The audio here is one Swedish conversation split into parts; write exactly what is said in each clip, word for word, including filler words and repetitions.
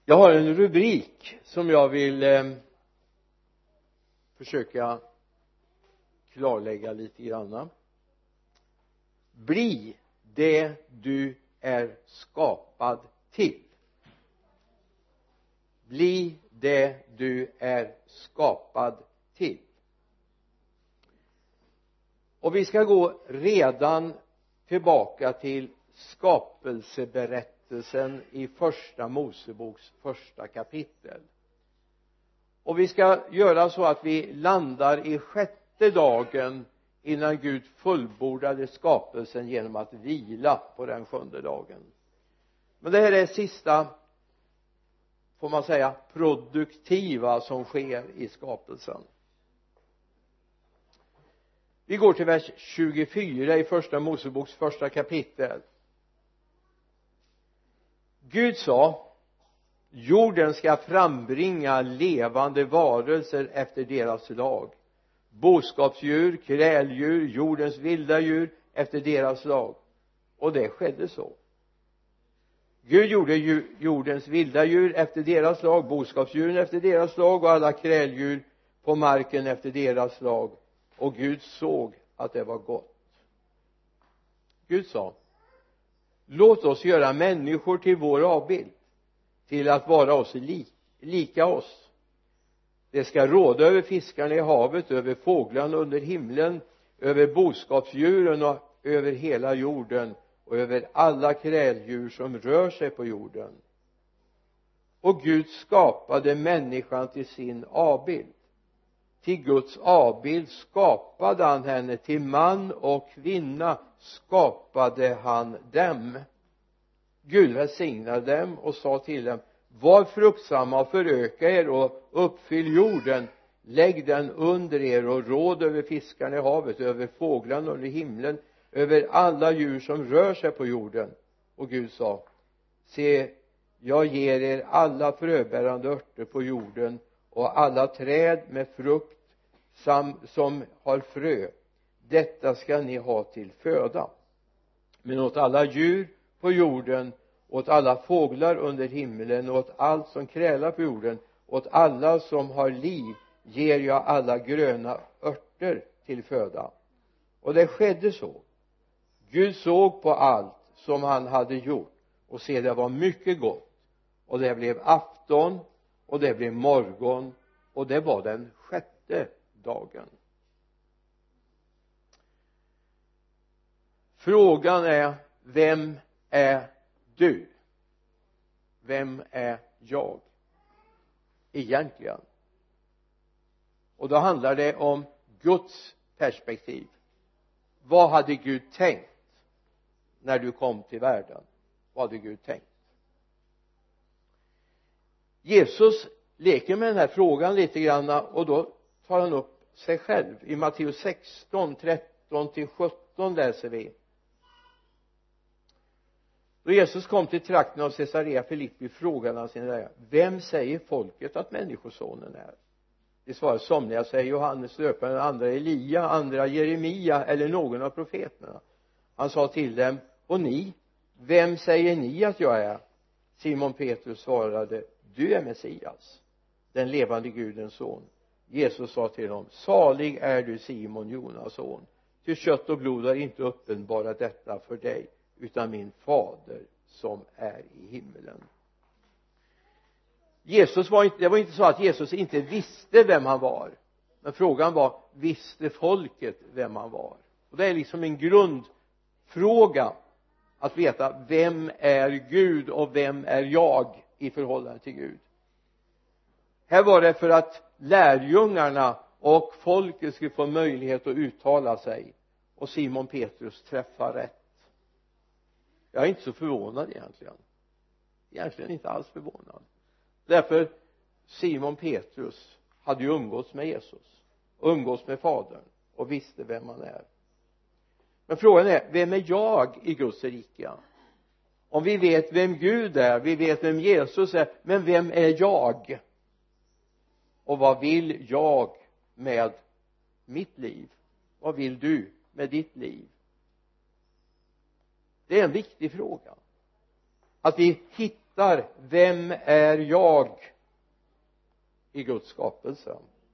Jag har en rubrik som jag vill eh, försöka klarlägga lite grann. Bli det du är skapad till. Bli det du är skapad till. Och vi ska gå redan tillbaka till skapelseberättelsen i första Moseboks första kapitel. Och vi ska göra så att vi landar i sjätte dagen innan Gud fullbordade skapelsen genom att vila på den sjunde dagen. Men det här är sista, får man säga, produktiva som sker i skapelsen. Vi går till vers tjugofyra i första Moseboks första kapitel. Gud sa: jorden ska frambringa levande varelser efter deras lag, boskapsdjur, kräldjur, jordens vilda djur efter deras lag. Och det skedde så. Gud gjorde jordens vilda djur efter deras lag, boskapsdjuren efter deras lag och alla kräldjur på marken efter deras lag. Och Gud såg att det var gott. Gud sa: låt oss göra människor till vår avbild, till att vara oss li, lika oss. Det ska råda över fiskarna i havet, över fåglarna under himlen, över boskapsdjuren och över hela jorden och över alla kräldjur som rör sig på jorden. Och Gud skapade människan till sin avbild. Till Guds avbild skapade han henne, till man och kvinna skapade han dem. Gud välsignade dem och sa till dem: var fruktsamma och föröka er och uppfyll jorden, lägg den under er och råd över fiskarna i havet, över fåglarna under himlen, över alla djur som rör sig på jorden. Och Gud sa: se, jag ger er alla fröbärande örter på jorden och alla träd med frukt som har frö. Detta ska ni ha till föda. Men åt alla djur på jorden, åt alla fåglar under himlen och åt allt som krälar på jorden, åt alla som har liv ger jag alla gröna örter till föda. Och det skedde så. Gud såg på allt som han hade gjort och se, det var mycket gott. Och det blev afton och det blev morgon och det var den sjätte dagen. Frågan är: vem är du? Vem är jag egentligen? Och då handlar det om Guds perspektiv. Vad hade Gud tänkt när du kom till världen? Vad hade Gud tänkt? Jesus leker med den här frågan lite grann, och då tar han upp sig själv. I Matteus sexton, tretton till sjutton läser vi: då Jesus kom till trakten av Caesarea Filippi frågade han sina lärjungar: vem säger folket att människosonen är? De svarade: somliga säger Johannes döparen, andra Elia, andra Jeremia eller någon av profeterna. Han sa till dem: och ni, vem säger ni att jag är? Simon Petrus svarade: du är Messias, den levande Gudens son. Jesus sa till honom: salig är du Simon, Jonas son, ty kött och blod har inte uppenbarat detta för dig, utan min fader som är i himmelen. Jesus var inte, det var inte så att Jesus inte visste vem han var, men frågan var: visste folket vem han var? Och det är liksom en grundfråga att veta: vem är Gud och vem är jag i förhållande till Gud? Här var det för att lärjungarna och folket skulle få möjlighet att uttala sig, och Simon Petrus träffar rätt. Jag är inte så förvånad egentligen egentligen inte alls förvånad, därför Simon Petrus hade ju umgåtts med Jesus, umgåtts med Fadern och visste vem han är. Men frågan är: vem är jag i Guds rike? Om vi vet vem Gud är, vi vet vem Jesus är, men vem är jag? Och vad vill jag med mitt liv? Vad vill du med ditt liv? Det är en viktig fråga, att vi hittar fattar vem är jag i Guds skapelse.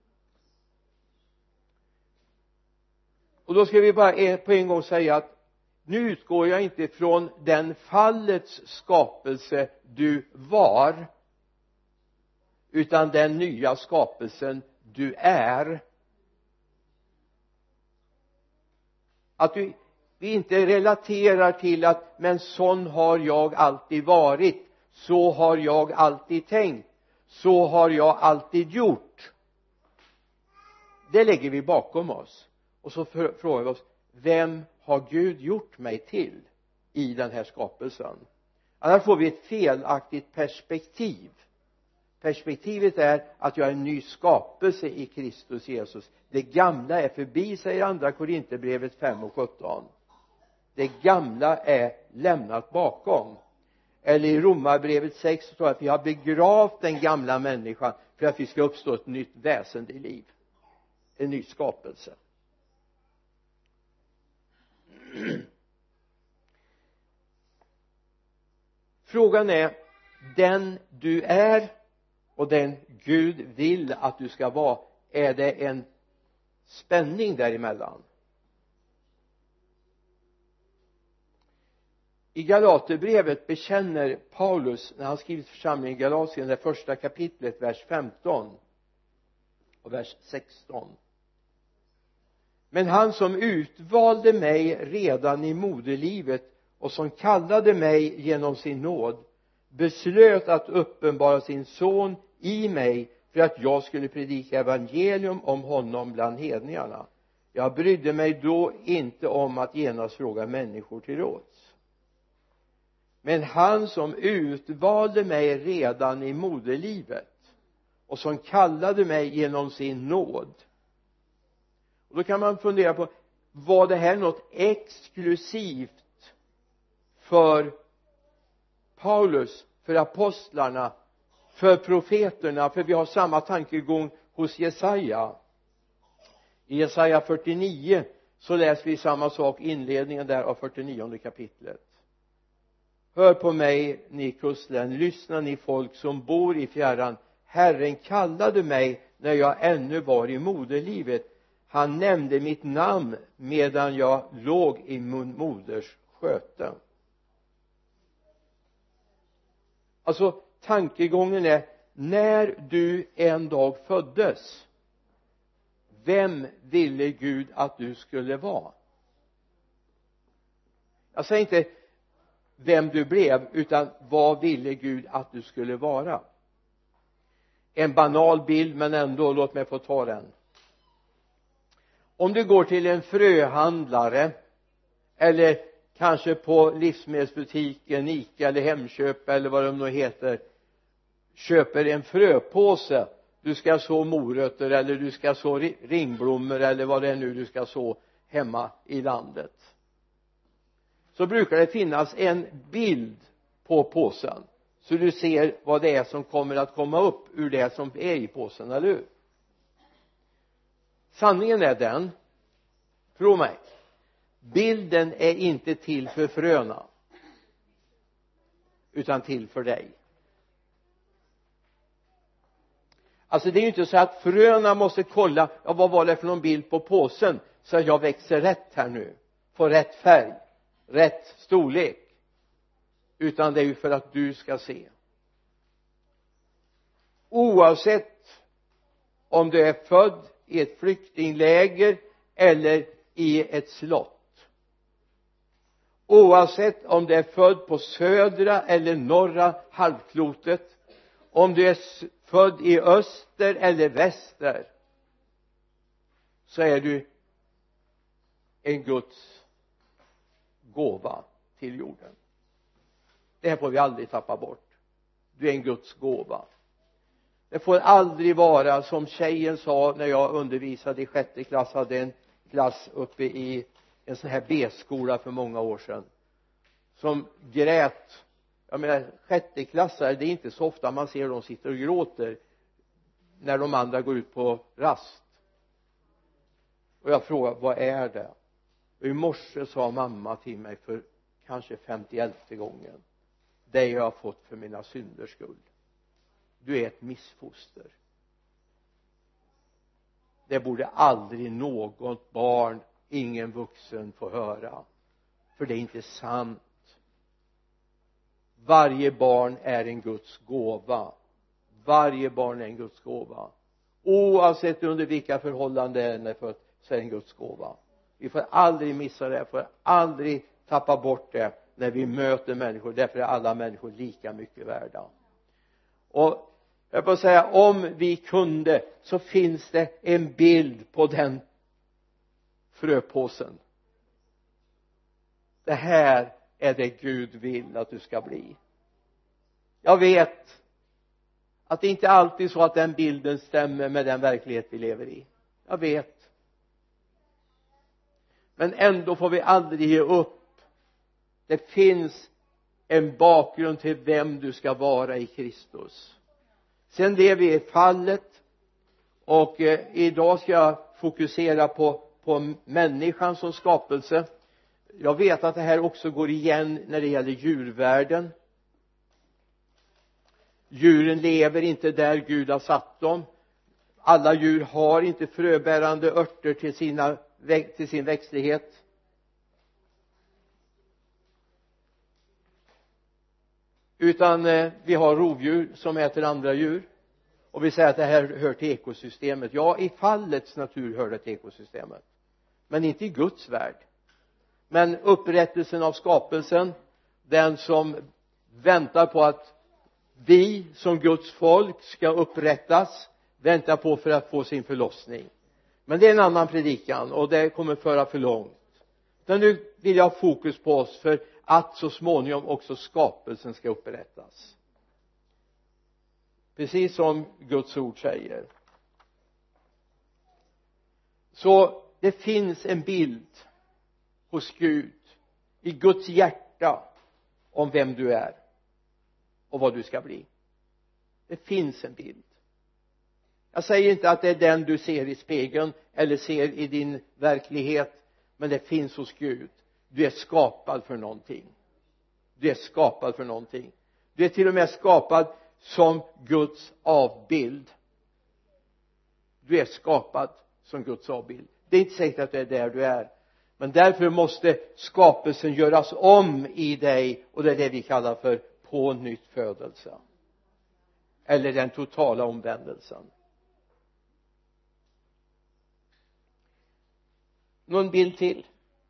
Och då ska vi bara på en gång säga att nu utgår jag inte från den fallets skapelse du var, utan den nya skapelsen du är. Att du, vi inte relaterar till att men sån har jag alltid varit, så har jag alltid tänkt, så har jag alltid gjort. Det lägger vi bakom oss och så frågar vi oss, vem har Gud gjort mig till i den här skapelsen? Annars får vi ett felaktigt perspektiv. Perspektivet är att jag är en ny skapelse i Kristus Jesus. Det gamla är förbi, säger andra Korinthierbrevet fem och sjutton. Det gamla är lämnat bakom. Eller i Romarbrevet sex står det att vi har begravt den gamla människan för att vi ska uppstå ett nytt väsen i liv. En ny skapelse. Frågan är, den du är och den Gud vill att du ska vara, är det en spänning däremellan? I Galaterbrevet bekänner Paulus, när han skrivit församlingen i Galatien, det första kapitlet, vers femton och vers sexton. Men han som utvalde mig redan i moderlivet och som kallade mig genom sin nåd beslöt att uppenbara sin son i mig för att jag skulle predika evangelium om honom bland hedningarna. Jag brydde mig då inte om att genast fråga människor till råds. Men han som utvalde mig redan i moderlivet och som kallade mig genom sin nåd. Och då kan man fundera på, var det här något exklusivt för Paulus, för apostlarna, för profeterna? För vi har samma tankegång hos Jesaja. I Jesaja fyrtionio så läser vi samma sak, inledningen där av fyrtionionde kapitlet. Hör på mig, ni kustlän, lyssna ni folk som bor i fjärran. Herren kallade mig när jag ännu var i moderlivet. Han nämnde mitt namn medan jag låg i min moders sköte. Alltså tankegången är, när du en dag föddes, vem ville Gud att du skulle vara? Jag säger inte vem du blev, utan vad ville Gud att du skulle vara? En banal bild, men ändå, låt mig få ta den. Om du går till en fröhandlare eller kanske på livsmedelsbutiken, Ica eller Hemköp eller vad de nu heter, köper en fröpåse, du ska så morötter eller du ska så ringblommor eller vad det är nu du ska så hemma i landet, så brukar det finnas en bild på påsen så du ser vad det är som kommer att komma upp ur det som är i påsen, eller hur? Sanningen är den, tro mig, bilden är inte till för fröna utan till för dig. Alltså det är ju inte så att fröna måste kolla, ja, vad var det för någon bild på påsen så att jag växer rätt här nu, får rätt färg, rätt storlek, utan det är ju för att du ska se. Oavsett om du är född i ett flyktingläger eller i ett slott, oavsett om du är född på södra eller norra halvklotet, om du är född i öster eller väster, så är du en Guds gåva till jorden. Det här får vi aldrig tappa bort. Du är en Guds gåva. Det får aldrig vara som tjejen sa när jag undervisade i sjätte klass, hade en klass uppe i en sån här B-skola för många år sedan, som grät. Jag menar, sjätteklassare, det är inte så ofta man ser dem sitta och gråter när de andra går ut på rast. Och jag frågar, vad är det? Och i morse sa mamma till mig för kanske femtioelfte gången, dig jag har fått för mina synders skull. Du är ett missfoster. Det borde aldrig något barn, ingen vuxen få höra, för det är inte sant. Varje barn är en Guds gåva. Varje barn är en Guds gåva. Oavsett under vilka förhållanden det är för, så är det en Guds gåva. Vi får aldrig missa det, får aldrig tappa bort det när vi möter människor. Därför är alla människor lika mycket värda. Och jag får säga, om vi kunde, så finns det en bild på den fröpåsen. Det här är det Gud vill att du ska bli. Jag vet att det inte alltid är så att den bilden stämmer med den verklighet vi lever i. Jag vet. Men ändå får vi aldrig ge upp. Det finns en bakgrund till vem du ska vara i Kristus. Sen lever vi i fallet, och eh, idag ska jag fokusera på, på människan som skapelse. Jag vet att det här också går igen när det gäller djurvärlden. Djuren lever inte där Gud har satt dem. Alla djur har inte fröbärande örter till, sina, till sin växtlighet. Utan eh, vi har rovdjur som äter andra djur. Och vi säger att det här hör till ekosystemet. Ja, i fallets natur hör det till ekosystemet. Men inte i Guds värld. Men upprättelsen av skapelsen, den som väntar på att vi som Guds folk ska upprättas, väntar på för att få sin förlossning. Men det är en annan predikan, och det kommer föra för långt. Men nu vill jag ha fokus på oss, för att så småningom också skapelsen ska upprättas. Precis som Guds ord säger. Så det finns en bild hos Gud, i Guds hjärta, om vem du är och vad du ska bli. Det finns en bild. Jag säger inte att det är den du ser i spegeln eller ser i din verklighet, men det finns hos Gud. Du är skapad för någonting. Du är skapad för någonting. Du är till och med skapad som Guds avbild. Du är skapad som Guds avbild. Det är inte säkert att det är där du är. Men därför måste skapelsen göras om i dig, och det är det vi kallar för på nytt födelse. Eller den totala omvändelsen. Någon bild till.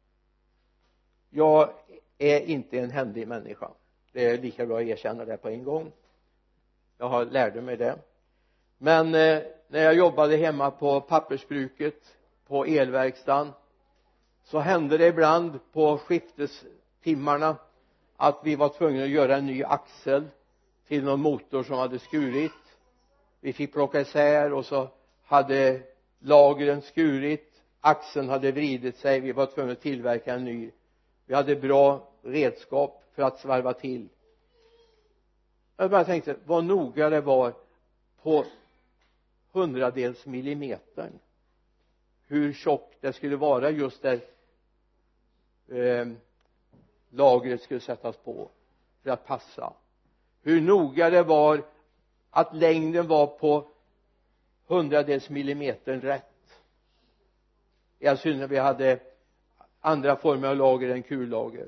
Jag är inte en händig människa. Det är lika bra att erkänna det på en gång. Jag har lärde mig det. Men eh, när jag jobbade hemma på pappersbruket, på elverkstan, så hände det ibland på skiftestimmarna att vi var tvungna att göra en ny axel till någon motor som hade skurit. Vi fick plocka isär, och så hade lagren skurit, axeln hade vridit sig, vi var tvungna att tillverka en ny. Vi hade bra redskap för att svarva till. Jag bara tänkte vad noga det var på hundradels millimetern hur tjockt det skulle vara just där eh, lagret skulle sättas på för att passa. Hur noga det var att längden var på hundradels millimetern rätt. I all synnerhet vi hade andra former av lager än kullager.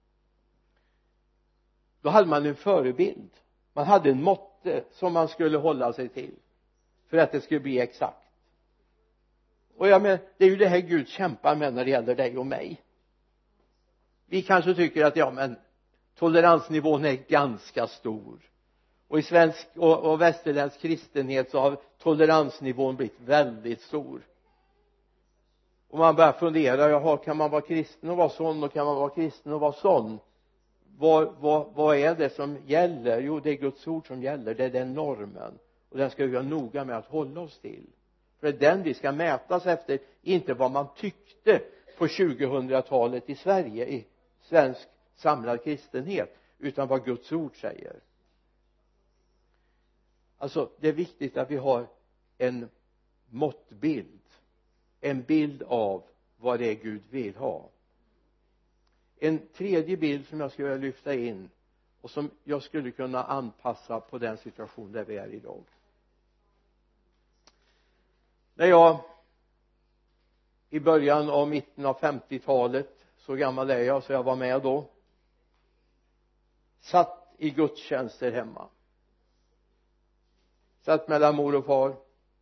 Då hade man en förebild. Man hade en måtte som man skulle hålla sig till för att det skulle bli exakt. Och jag menar, det är ju det här Gud kämpar med när det gäller dig och mig. Vi kanske tycker att ja men toleransnivån är ganska stor. Och i svensk och, och västerländsk kristenhet så har toleransnivån blivit väldigt stor. Och man börjar fundera, jaha, kan man vara kristen och vara sån, och kan man vara kristen och vara sån? Vad, vad, vad är det som gäller? Jo, det är Guds ord som gäller, det är den normen. Och den ska vi vara noga med att hålla oss till. För det är den vi ska mätas efter, inte vad man tyckte på tjugohundratalet i Sverige, i svensk samlad kristenhet, utan vad Guds ord säger. Alltså, det är viktigt att vi har en måttbild, en bild av vad det är Gud vill ha. En tredje bild som jag skulle vilja lyfta in, och som jag skulle kunna anpassa på den situation där vi är idag. När jag i början av mitten av femtiotalet, så gammal är jag så jag var med då, satt i gudstjänster hemma, satt mellan mor och far,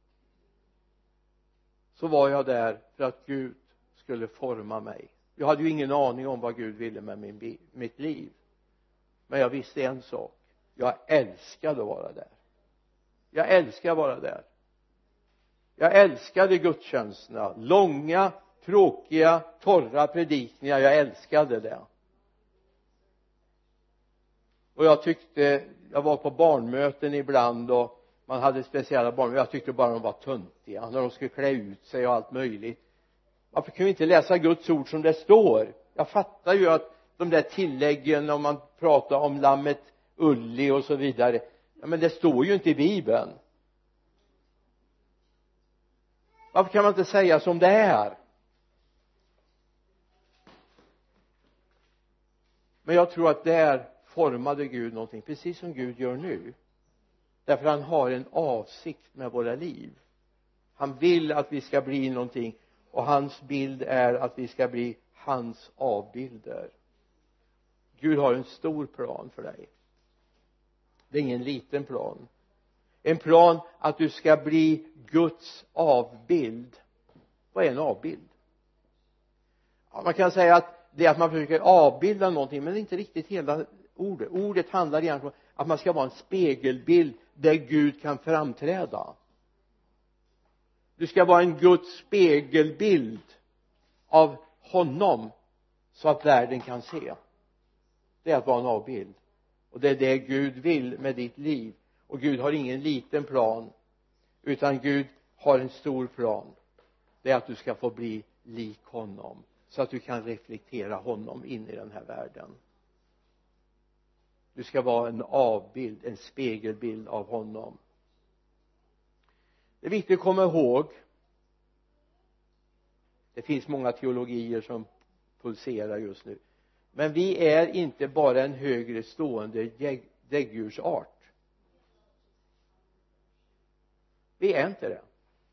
så var jag där för att Gud skulle forma mig. Jag hade ju ingen aning om vad Gud ville med min, mitt liv, men jag visste en sak: jag älskade att vara där. Jag älskade att vara där. Jag älskade gudstjänsterna, långa, tråkiga, torra predikningar. Jag älskade det. Och jag tyckte, jag var på barnmöten ibland och man hade speciella barn, jag tyckte bara de var töntiga när de skulle klä ut sig och allt möjligt. Varför kan vi inte läsa Guds ord som det står? Jag fattar ju att de där tilläggen, om man pratar om lammet Ulli och så vidare, ja, men det står ju inte i Bibeln. Varför kan man inte säga som det är? Men jag tror att där formade Gud någonting, precis som Gud gör nu. Därför han har en avsikt med våra liv. Han vill att vi ska bli någonting, och hans bild är att vi ska bli hans avbilder. Gud har en stor plan för dig. Det är ingen liten plan. En plan att du ska bli Guds avbild. Vad är en avbild? Ja, man kan säga att det är att man försöker avbilda någonting, men det är inte riktigt hela ordet. Ordet handlar egentligen om att man ska vara en spegelbild där Gud kan framträda. Du ska vara en Guds spegelbild av honom, så att världen kan se. Det är att vara en avbild. Och det är det Gud vill med ditt liv. Och Gud har ingen liten plan, utan Gud har en stor plan. Det är att du ska få bli lik honom, så att du kan reflektera honom in i den här världen. Du ska vara en avbild, en spegelbild av honom. Det är viktigt att komma ihåg, det finns många teologier som pulserar just nu, men vi är inte bara en högre stående däggdjursart. Vi är inte det.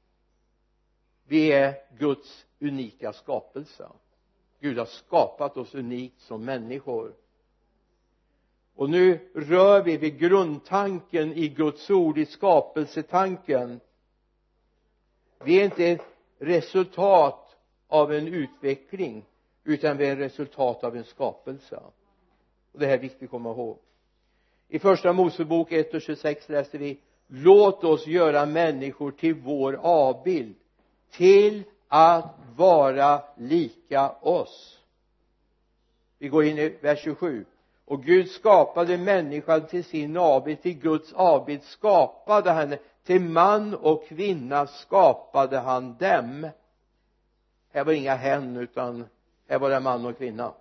Vi är Guds unika skapelse. Gud har skapat oss unikt som människor. Och nu rör vi vid grundtanken i Guds ord, i skapelsetanken. Vi är inte ett resultat av en utveckling, utan vi är ett resultat av en skapelse. Och det här är viktigt att komma ihåg. I första Mosebok ett och tjugosex läste vi: låt oss göra människor till vår avbild, till att vara lika oss. Vi går in i vers tjugosju. Och Gud skapade människan till sin avbild, till Guds avbild skapade henne, till man och kvinna skapade han dem. Här var inga hen, utan här var det man och kvinna.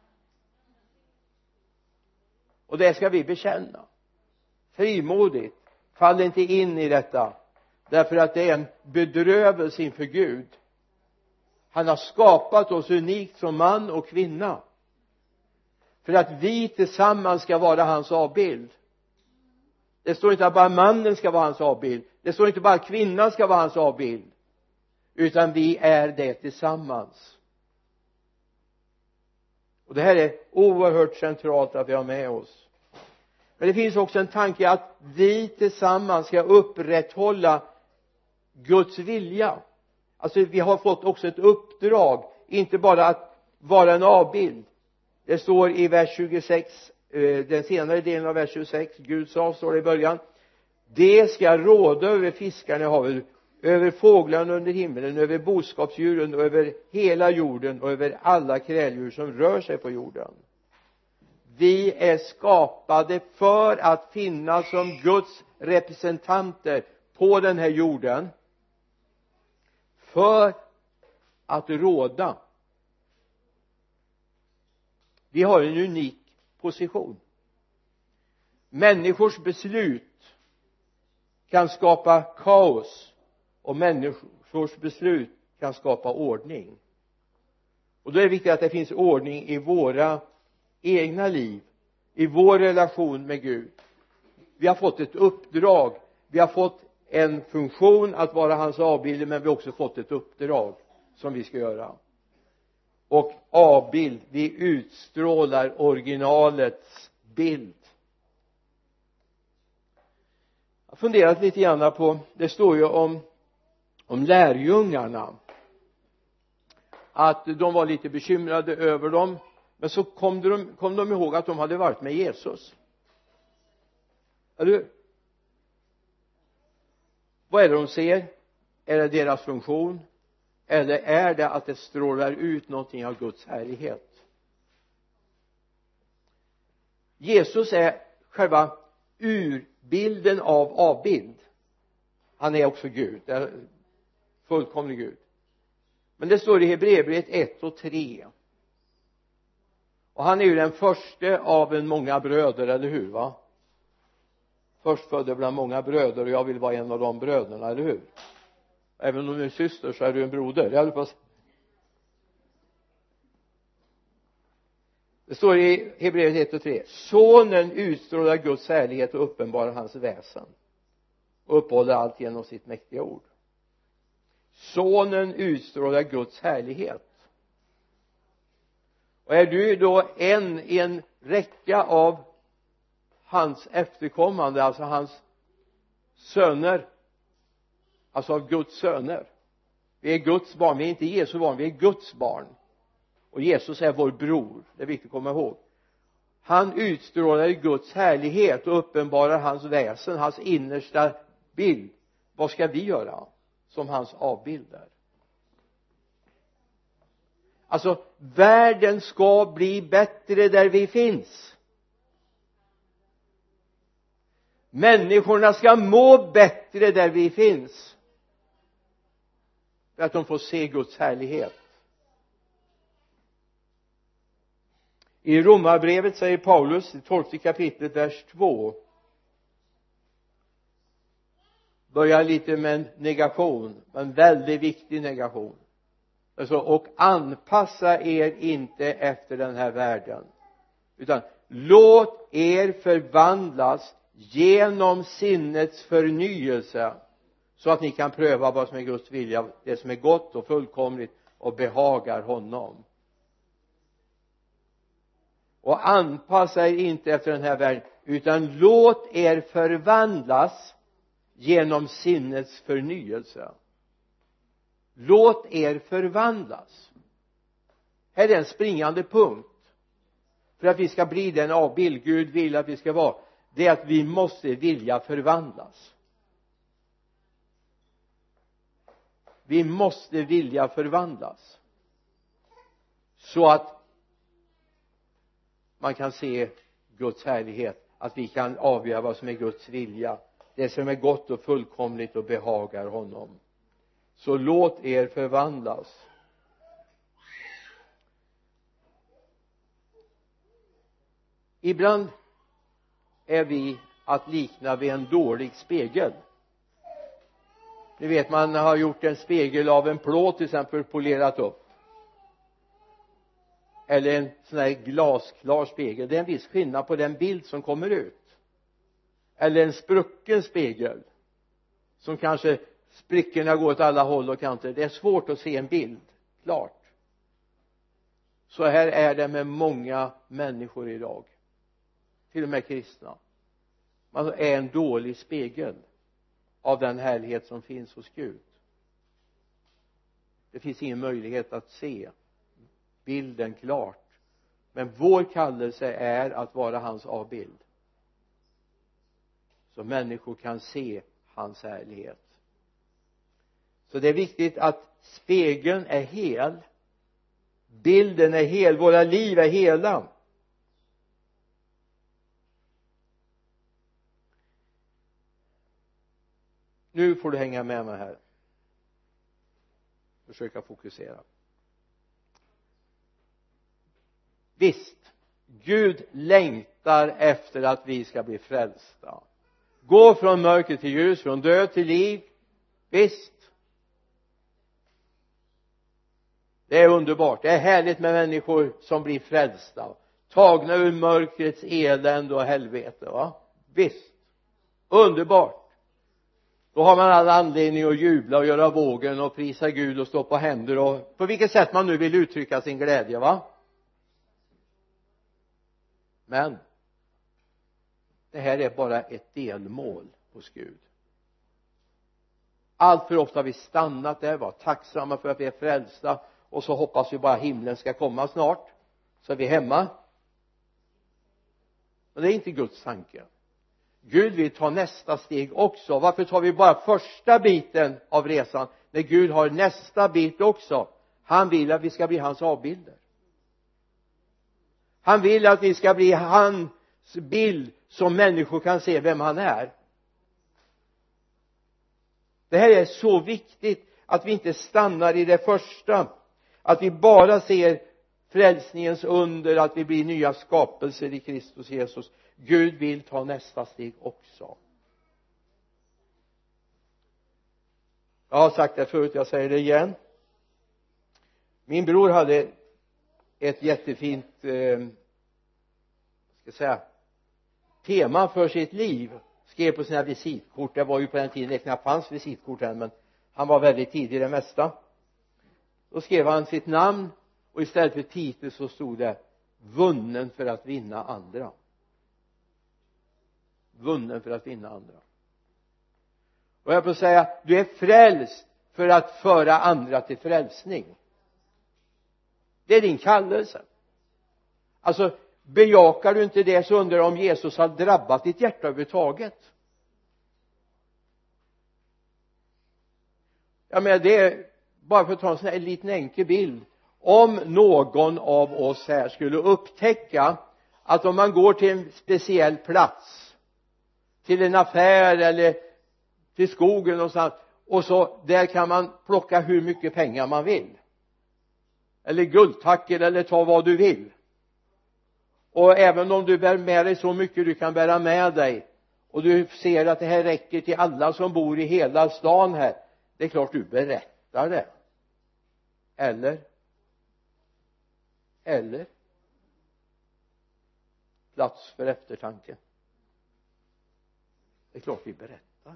Och det ska vi bekänna frimodigt. Fall inte in i detta, därför att det är en bedrövelse inför Gud. Han har skapat oss unikt som man och kvinna, för att vi tillsammans ska vara hans avbild. Det står inte att bara mannen ska vara hans avbild, det står inte bara att kvinnan ska vara hans avbild, utan vi är det tillsammans. Och det här är oerhört centralt att vi har med oss. Men det finns också en tanke att vi tillsammans ska upprätthålla Guds vilja. Alltså vi har fått också ett uppdrag, inte bara att vara en avbild. Det står i vers tjugosex, den senare delen av vers tjugosex, Gud sa, står det i början: det ska råda över fiskarna i havet, över fåglarna under himlen, över boskapsdjuren och över hela jorden och över alla kräldjur som rör sig på jorden. Vi är skapade för att finnas som Guds representanter på den här jorden, för att råda. Vi har en unik position. Människors beslut kan skapa kaos, och människors beslut kan skapa ordning. Och då är det viktigt att det finns ordning i våra egna liv, i vår relation med Gud. Vi har fått ett uppdrag, vi har fått en funktion att vara hans avbild, men vi har också fått ett uppdrag som vi ska göra. Och avbild, vi utstrålar originalets bild. Jag har funderat lite grann på, det står ju om om lärjungarna att de var lite bekymrade över dem, men så kom de, kom de ihåg att de hade varit med Jesus. Eller hur? Vad är det de ser? Är det deras funktion? Eller är det att det strålar ut någonting av Guds härlighet? Jesus är själva urbilden av avbild. Han är också Gud, är fullkomlig Gud. Men det står i Hebreerbrevet ett och tre. Och han är ju den första av en många bröder, eller hur va? Först födde bland många bröder, och jag vill vara en av de bröderna, eller hur? Även om du är syster så är du en broder. Jag hoppas. Det står i Hebreerbrevet ett och tre. Sonen utstrålar Guds härlighet och uppenbarar hans väsen och uppehåller allt genom sitt mäktiga ord. Sonen utstrålar Guds härlighet. Och är du då en i en räcka av hans efterkommande, alltså hans söner, alltså av Guds söner. Vi är Guds barn, vi är inte Jesu barn, vi är Guds barn. Och Jesus är vår bror, det är viktigt att komma ihåg. Han utstrålar Guds härlighet och uppenbarar hans väsen, hans innersta bild. Vad ska vi göra som hans avbilder? Alltså, världen ska bli bättre där vi finns. Människorna ska må bättre där vi finns. För att de får se Guds härlighet. I Romarbrevet säger Paulus i tolfte kapitlet vers två. Börjar lite med en negation, en väldigt viktig negation. Alltså, och anpassa er inte efter den här världen, utan låt er förvandlas genom sinnets förnyelse, så att ni kan pröva vad som är Guds vilja, det som är gott och fullkomligt och behagar honom. Och anpassa er inte efter den här världen, utan låt er förvandlas genom sinnets förnyelse. Låt er förvandlas. Här är en springande punkt för att vi ska bli den avbild Gud vill att vi ska vara. Det är att vi måste vilja förvandlas. Vi måste vilja förvandlas så att man kan se Guds härlighet, att vi kan avgöra vad som är Guds vilja, det som är gott och fullkomligt och behagar honom. Så låt er förvandlas. Ibland är vi att likna vid en dålig spegel. Ni vet, man har gjort en spegel av en plåt till exempel, polerat upp. Eller en sån här glasklar spegel. Det är en viss skillnad på den bild som kommer ut. Eller en sprucken spegel som kanske sprickorna går åt alla håll och kanter. Det är svårt att se en bild klart. Så här är det med många människor idag, till och med kristna. Man är en dålig spegel av den härlighet som finns hos Gud. Det finns ingen möjlighet att se bilden klart, men vår kallelse är att vara hans avbild, så människor kan se hans härlighet. Så det är viktigt att spegeln är hel, bilden är hel, våra liv är hela. Nu får du hänga med mig här, försöka fokusera. Visst, Gud längtar efter att vi ska bli frälsta, gå från mörker till ljus, från död till liv. Visst, det är underbart, det är härligt med människor som blir frälsta, tagna ur mörkrets elände och helvete, va? Visst, underbart. Då har man all anledning att jubla och göra vågen och prisa Gud och stå på händer och på vilket sätt man nu vill uttrycka sin glädje, va? Men det här är bara ett delmål hos Gud. Allt för ofta har vi stannat där, var tacksamma för att vi är frälsta och så hoppas vi bara himlen ska komma snart så är vi hemma. Men det är inte Guds tanke. Gud vill ta nästa steg också. Varför tar vi bara första biten av resan när Gud har nästa bit också? Han vill att vi ska bli hans avbilder. Han vill att vi ska bli hans bild som människor kan se vem han är. Det här är så viktigt att vi inte stannar i det första. Att vi bara ser frälsningens under, att vi blir nya skapelser i Kristus Jesus. Gud vill ta nästa steg också. Jag har sagt det förut, jag säger det igen. Min bror hade ett jättefint eh, ska säga, tema för sitt liv. Skrev på sina visitkort. Det var ju på den tiden det knappt fanns visitkort än, men han var väldigt tidig i det mesta. Då skrev han sitt namn och istället för titel så stod det vunnen för att vinna andra. Vunnen för att vinna andra. Och jag får säga, du är frälst för att föra andra till frälsning. Det är din kallelse. Alltså, bejakar du inte det så undrar om Jesus har drabbat ditt hjärta överhuvudtaget. Ja, men det är bara för att ta en sån här liten enkel bild. Om någon av oss här skulle upptäcka att om man går till en speciell plats, till en affär eller till skogen och sånt, och så där kan man plocka hur mycket pengar man vill, eller guldtackor eller ta vad du vill, och även om du bär med dig så mycket du kan bära med dig och du ser att det här räcker till alla som bor i hela stan här, det är klart du berättar det. Eller eller plats för eftertanke. Det är klart vi berättar.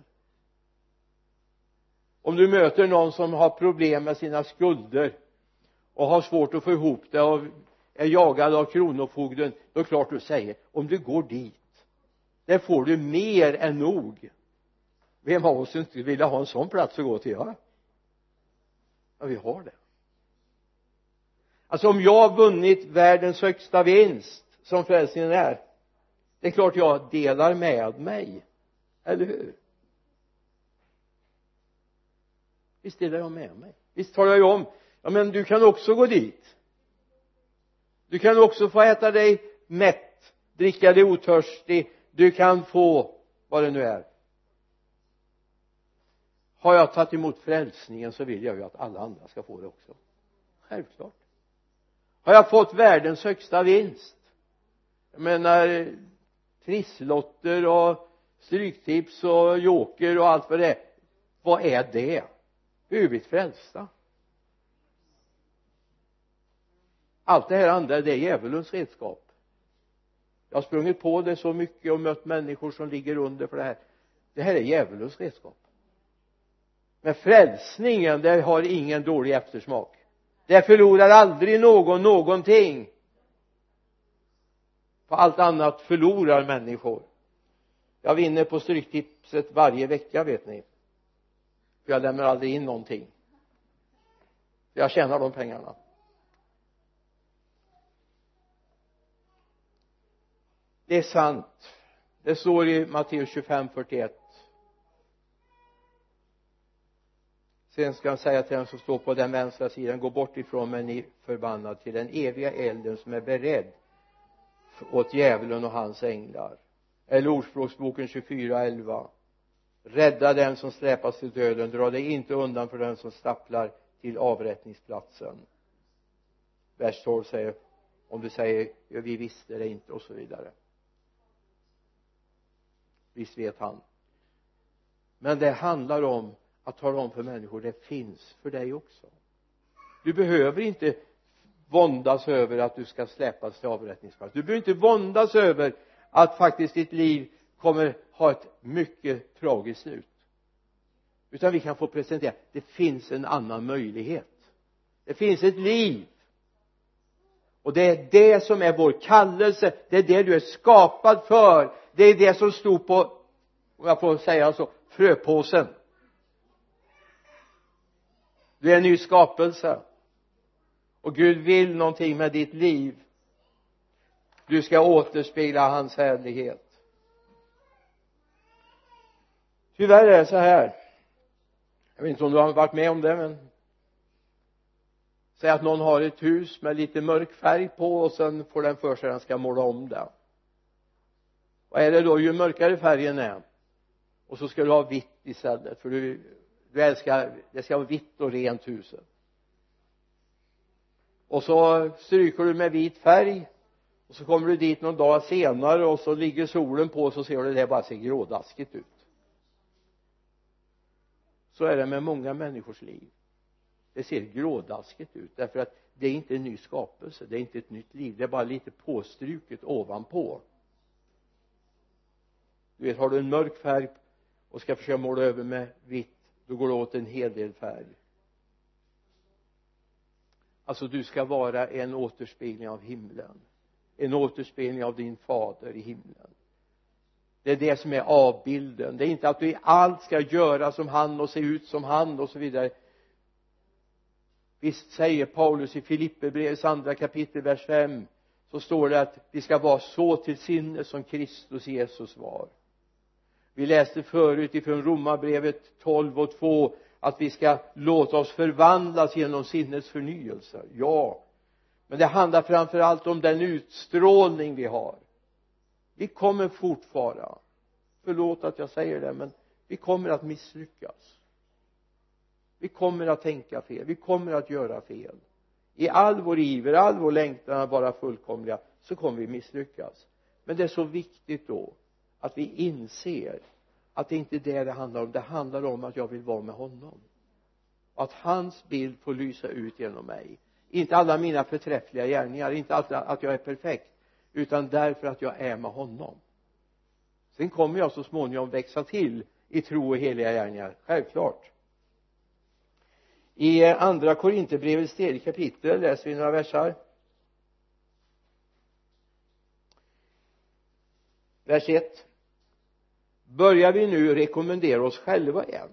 Om du möter någon som har problem med sina skulder och har svårt att få ihop det och är jagad av kronofogden, då är det klart du säger, om du går dit, där får du mer än nog. Vem av oss inte vill ha en sån plats att gå till? Ja, ja, vi har det. Alltså om jag har vunnit världens högsta vinst som frälsningen är, det är klart jag delar med mig, eller hur? Visst delar jag med mig. Visst talar jag om, ja men du kan också gå dit. Du kan också få äta dig mätt, dricka dig otörstig, du kan få vad det nu är. Har jag tagit emot frälsningen så vill jag ju att alla andra ska få det också. Självklart. Har jag fått världens högsta vinst, jag menar trisslotter och stryktips och joker och allt vad det är, vad är det? Vi är blivit frälsta. Allt det här andra, det är djävulens redskap. Jag har sprungit på det så mycket och mött människor som ligger under för det här. Det här är djävulens redskap. Men frälsningen, det har ingen dålig eftersmak. Det förlorar aldrig någon någonting. På allt annat förlorar människor. Jag vinner på stryktipset varje vecka, vet ni. För jag lämnar aldrig in någonting. Jag tjänar de pengarna. Det är sant. Det står i Matteus tjugofem fyrtioett. Sen ska han säga till den som står på den vänstra sidan, gå bort ifrån mig ni förbannad till den eviga elden som är beredd åt djävulen och hans änglar. Eller Ordspråksboken tjugofyra elva. Rädda den som släpas till döden, dra dig inte undan för den som stapplar till avrättningsplatsen. Vers tolv säger, om du säger ja, vi visste det inte och så vidare. Visst vet han. Men det handlar om att tala om för människor, det finns för dig också. Du behöver inte våndas över att du ska släpas till avrättningsplats. Du behöver inte våndas över att faktiskt ditt liv kommer ha ett mycket tragiskt slut, utan vi kan få presentera, det finns en annan möjlighet. Det finns ett liv, och det är det som är vår kallelse. Det är det du är skapad för. Det är det som stod på, om jag får säga så, fröpåsen. Du är en ny skapelse, och Gud vill någonting med ditt liv. Du ska återspegla hans härlighet. Tyvärr är det så här, jag vet inte om du har varit med om det, men säg att någon har ett hus med lite mörk färg på, och sen får den för sig att den ska måla om det. Vad är det då? Ju mörkare färgen är, och så ska du ha vitt istället, för du, du älskar, det ska vara vitt och rent huset. Och så stryker du med vit färg, och så kommer du dit någon dag senare, och så ligger solen på, och så ser du det bara ser grådaskigt ut. Så är det med många människors liv. Det ser grådaskigt ut, därför att det är inte en ny skapelse, det är inte ett nytt liv, det är bara lite påstruket ovanpå. Du vet, har du en mörk färg och ska försöka måla över med vitt, då går det åt en hel del färg. Alltså, du ska vara en återspegling av himlen, en återspegling av din fader i himlen. Det är det som är avbilden. Det är inte att du i allt ska göra som han och se ut som han och så vidare. Visst säger Paulus i Filipperbrevets andra kapitel vers fem, så står det att vi ska vara så till sinne som Kristus Jesus var. Vi läste förut ifrån Romarbrevet tolv och två att vi ska låta oss förvandlas genom sinnets förnyelse. Ja, men det handlar framför allt om den utstrålning vi har. Vi kommer fortfarande, förlåt att jag säger det, men vi kommer att misslyckas. Vi kommer att tänka fel, vi kommer att göra fel. I all vår iver, all vår längtan att vara fullkomliga, så kommer vi misslyckas. Men det är så viktigt då att vi inser att det inte är det det handlar om. Det handlar om att jag vill vara med honom, att hans bild får lysa ut genom mig. Inte alla mina förträffliga gärningar, inte alla att jag är perfekt, utan därför att jag är med honom. Sen kommer jag så småningom växa till i tro och heliga gärningar, självklart. I andra Korinthierbrevets tredje kapitel läser vi några versar. Vers ett. Börjar vi nu rekommendera oss själva igen?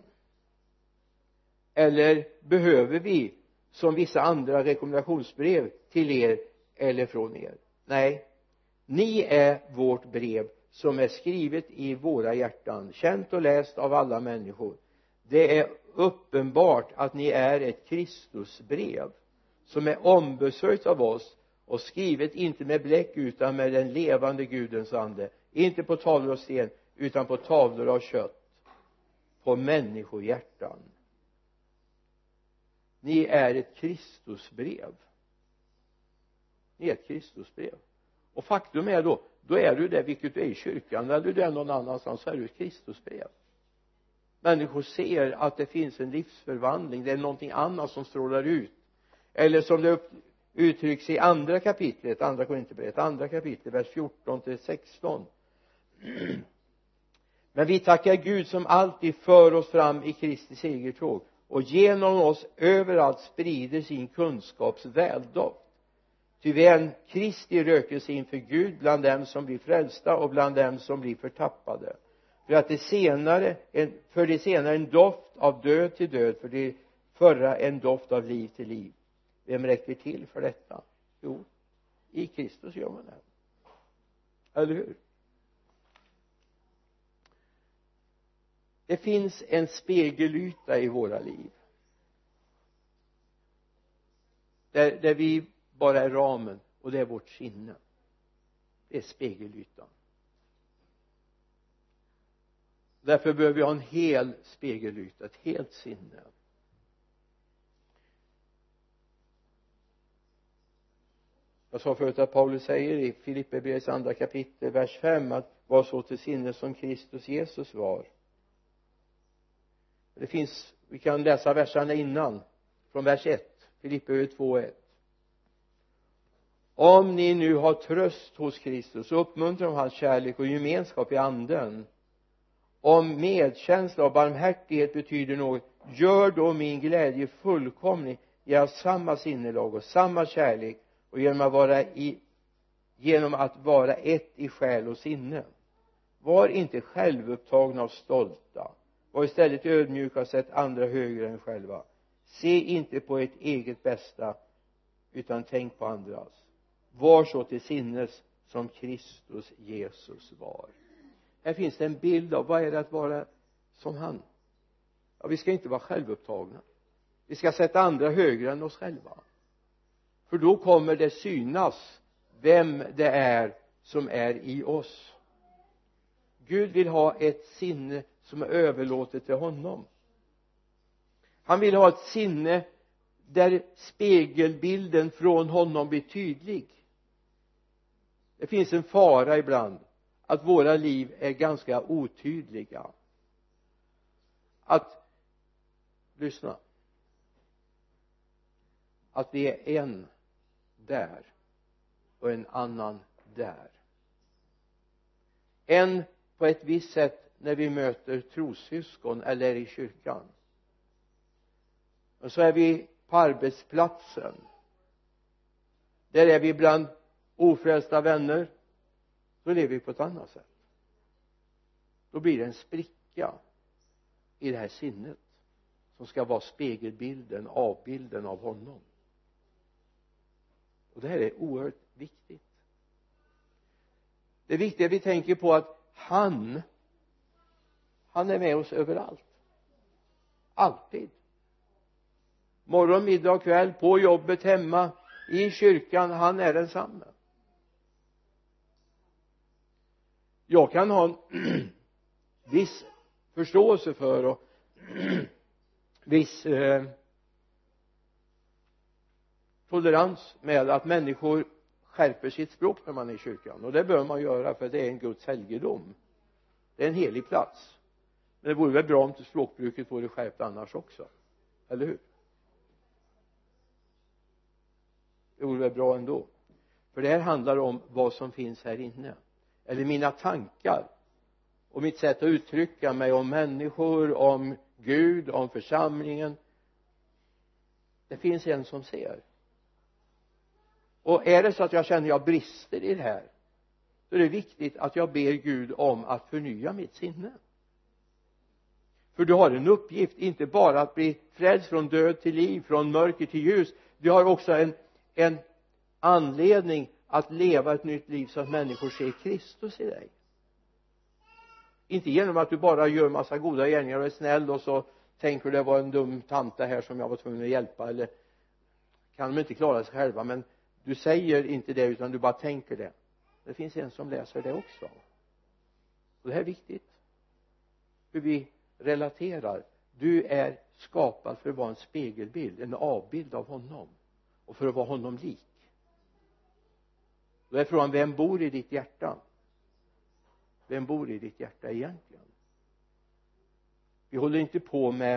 Eller behöver vi som vissa andra rekommendationsbrev till er eller från er? Nej, ni är vårt brev som är skrivet i våra hjärtan, känt och läst av alla människor. Det är uppenbart att ni är ett Kristusbrev som är ombesörjt av oss och skrivet inte med bläck utan med den levande Gudens ande, inte på tavlor av sten utan på tavlor av kött, på människohjärtan. Ni är ett Kristusbrev. Ni är ett Kristusbrev. Och faktum är då, då är du det, vilket du är i kyrkan eller du är någon annanstans, så är du ett Kristusbrev. Människor ser att det finns en livsförvandling, det är någonting annat som strålar ut. Eller som det uttrycks i andra kapitlet, andra Korinthierbrevet, andra kapitlet, vers fjorton till sexton. Men vi tackar Gud som alltid för oss fram i Kristi segertåg och genom oss överallt sprider sin kunskaps väldoft. Ty vi är en Kristi rökelse inför Gud bland dem som blir frälsta och bland dem som blir förtappade. För att det senare, en, för det senare en doft av död till död, för det förra en doft av liv till liv. Vem räcker till för detta? Jo, i Kristus gör man det. Eller hur? Det finns en spegelyta i våra liv. Där, där vi bara är ramen, och det är vårt sinne. Det är spegelytan. Därför behöver vi ha en hel spegelyta, ett helt sinne. Jag sa förut att Paulus säger i Filipperbrevets andra kapitel, vers fem, att var så till sinne som Kristus Jesus var. Det finns, vi kan läsa verserna innan, från vers ett, Filipperbrevet två ett. om ni nu har tröst hos Kristus och uppmuntran av hans kärlek och gemenskap i anden, om medkänsla och barmhärtighet betyder något, gör då min glädje fullkomlig genom samma sinnelag och samma kärlek och genom att vara i genom att vara ett i själ och sinne. Var inte självupptagna och stolta, var istället ödmjuka och sätt andra högre än själva. Se inte på ert eget bästa utan tänk på andras. Var så till sinnes som Kristus Jesus var. Här finns det en bild av vad är det att vara som han. Ja, vi ska inte vara självupptagna, vi ska sätta andra högre än oss själva, för då kommer det synas vem det är som är i oss. Gud vill ha ett sinne som är överlåtet till honom. Han vill ha ett sinne där spegelbilden från honom blir tydlig. Det finns en fara ibland att våra liv är ganska otydliga, att lyssna att vi är en där och en annan där, en på ett visst sätt när vi möter trossyskon eller i kyrkan, och så är vi på arbetsplatsen, där är vi bland ofrälsta vänner, då lever vi på ett annat sätt. Då blir det en spricka i det här sinnet som ska vara spegelbilden, avbilden av honom. Och det här är oerhört viktigt. Det är viktigt att vi tänker på att han han är med oss överallt, alltid, morgon, middag och kväll, på jobbet, hemma, i kyrkan. Han är densamma. Jag kan ha en viss förståelse för och viss eh, tolerans med att människor skärper sitt språk när man är i kyrkan, och det bör man göra, för det är en Guds helgedom, det är en helig plats. Men det vore väl bra om språkbruket vore skärpt annars också, eller hur? Det vore väl bra ändå, för det här handlar om vad som finns här inne, eller mina tankar och mitt sätt att uttrycka mig om människor, om Gud, om församlingen. Det finns en som ser, och är det så att jag känner jag brister i det här, så är det viktigt att jag ber Gud om att förnya mitt sinne. För du har en uppgift, inte bara att bli frälst från död till liv, från mörker till ljus. Du har också en, en anledning att leva ett nytt liv så att människor ser Kristus i dig. Inte genom att du bara gör massa goda gärningar och är snäll och så tänker du det var en dum tante här som jag var tvungen att hjälpa, eller kan de inte klara sig själva, men du säger inte det utan du bara tänker det. Det finns en som läser det också, och det här är viktigt hur vi relaterar. Du är skapad för att vara en spegelbild, en avbild av honom, och för att vara honom lik. Då är frågan, vem bor i ditt hjärta? Vem bor i ditt hjärta egentligen? Vi håller inte på med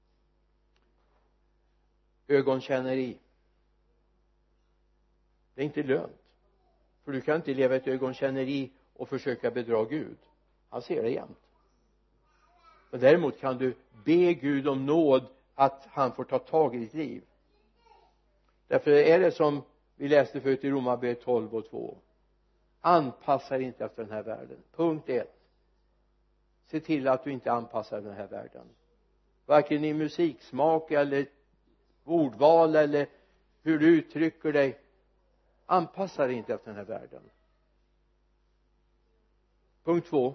ögonkänneri. Det är inte lönt, för du kan inte leva ett ögonkänneri och försöka bedra Gud. Han ser det jämt. Men däremot kan du be Gud om nåd att han får ta tag i ditt liv. Därför är det som vi läste förut i Romarbrevet tolv och två. Anpassa dig inte efter den här världen. Punkt ett. Se till att du inte anpassar den här världen. Varken i musiksmak eller ordval eller hur du uttrycker dig. Anpassa dig inte efter den här världen. Punkt två.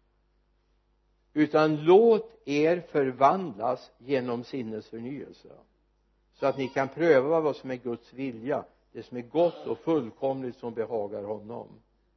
Utan låt er förvandlas genom sinnesförnyelse, så att ni kan pröva vad som är Guds vilja, det som är gott och fullkomligt, som behagar honom.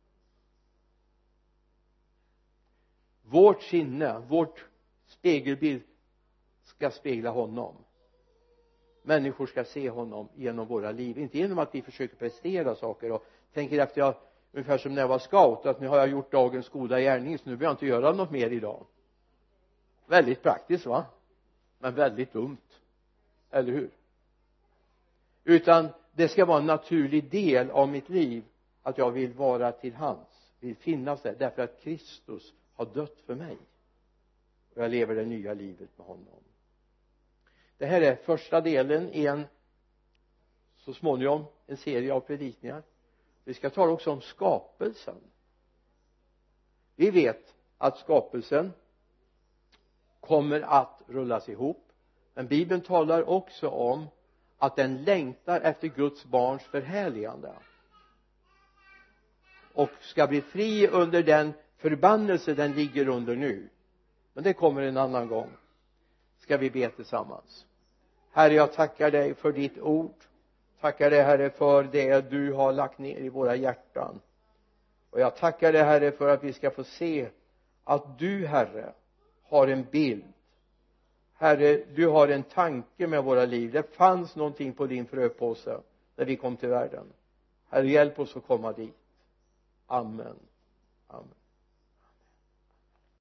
Vårt sinne, vårt spegelbild ska spegla honom. Människor ska se honom genom våra liv, inte genom att vi försöker prestera saker och tänker efter, jag, ungefär som när jag var scout, att nu har jag gjort dagens goda gärning, så nu behöver jag inte göra något mer idag. Väldigt praktiskt, va? Men väldigt dumt, eller hur? Utan det ska vara en naturlig del av mitt liv att jag vill vara till hands, vill finnas där, därför att Kristus har dött för mig och jag lever det nya livet med honom. Det här är första delen i en så småningom en serie av predikningar. Vi ska tala också om skapelsen. Vi vet att skapelsen kommer att rullas ihop, men Bibeln talar också om att den längtar efter Guds barns förhärligande och ska bli fri under den förbannelse den ligger under nu. Men det kommer en annan gång. Ska vi be tillsammans. Herre, jag tackar dig för ditt ord. Tackar dig, Herre, för det du har lagt ner i våra hjärtan. Och jag tackar dig, Herre, för att vi ska få se att du, Herre, har en bild. Herre, du har en tanke med våra liv. Det fanns någonting på din fröpåse när vi kom till världen. Herre, hjälp oss att komma dit. Amen. Amen.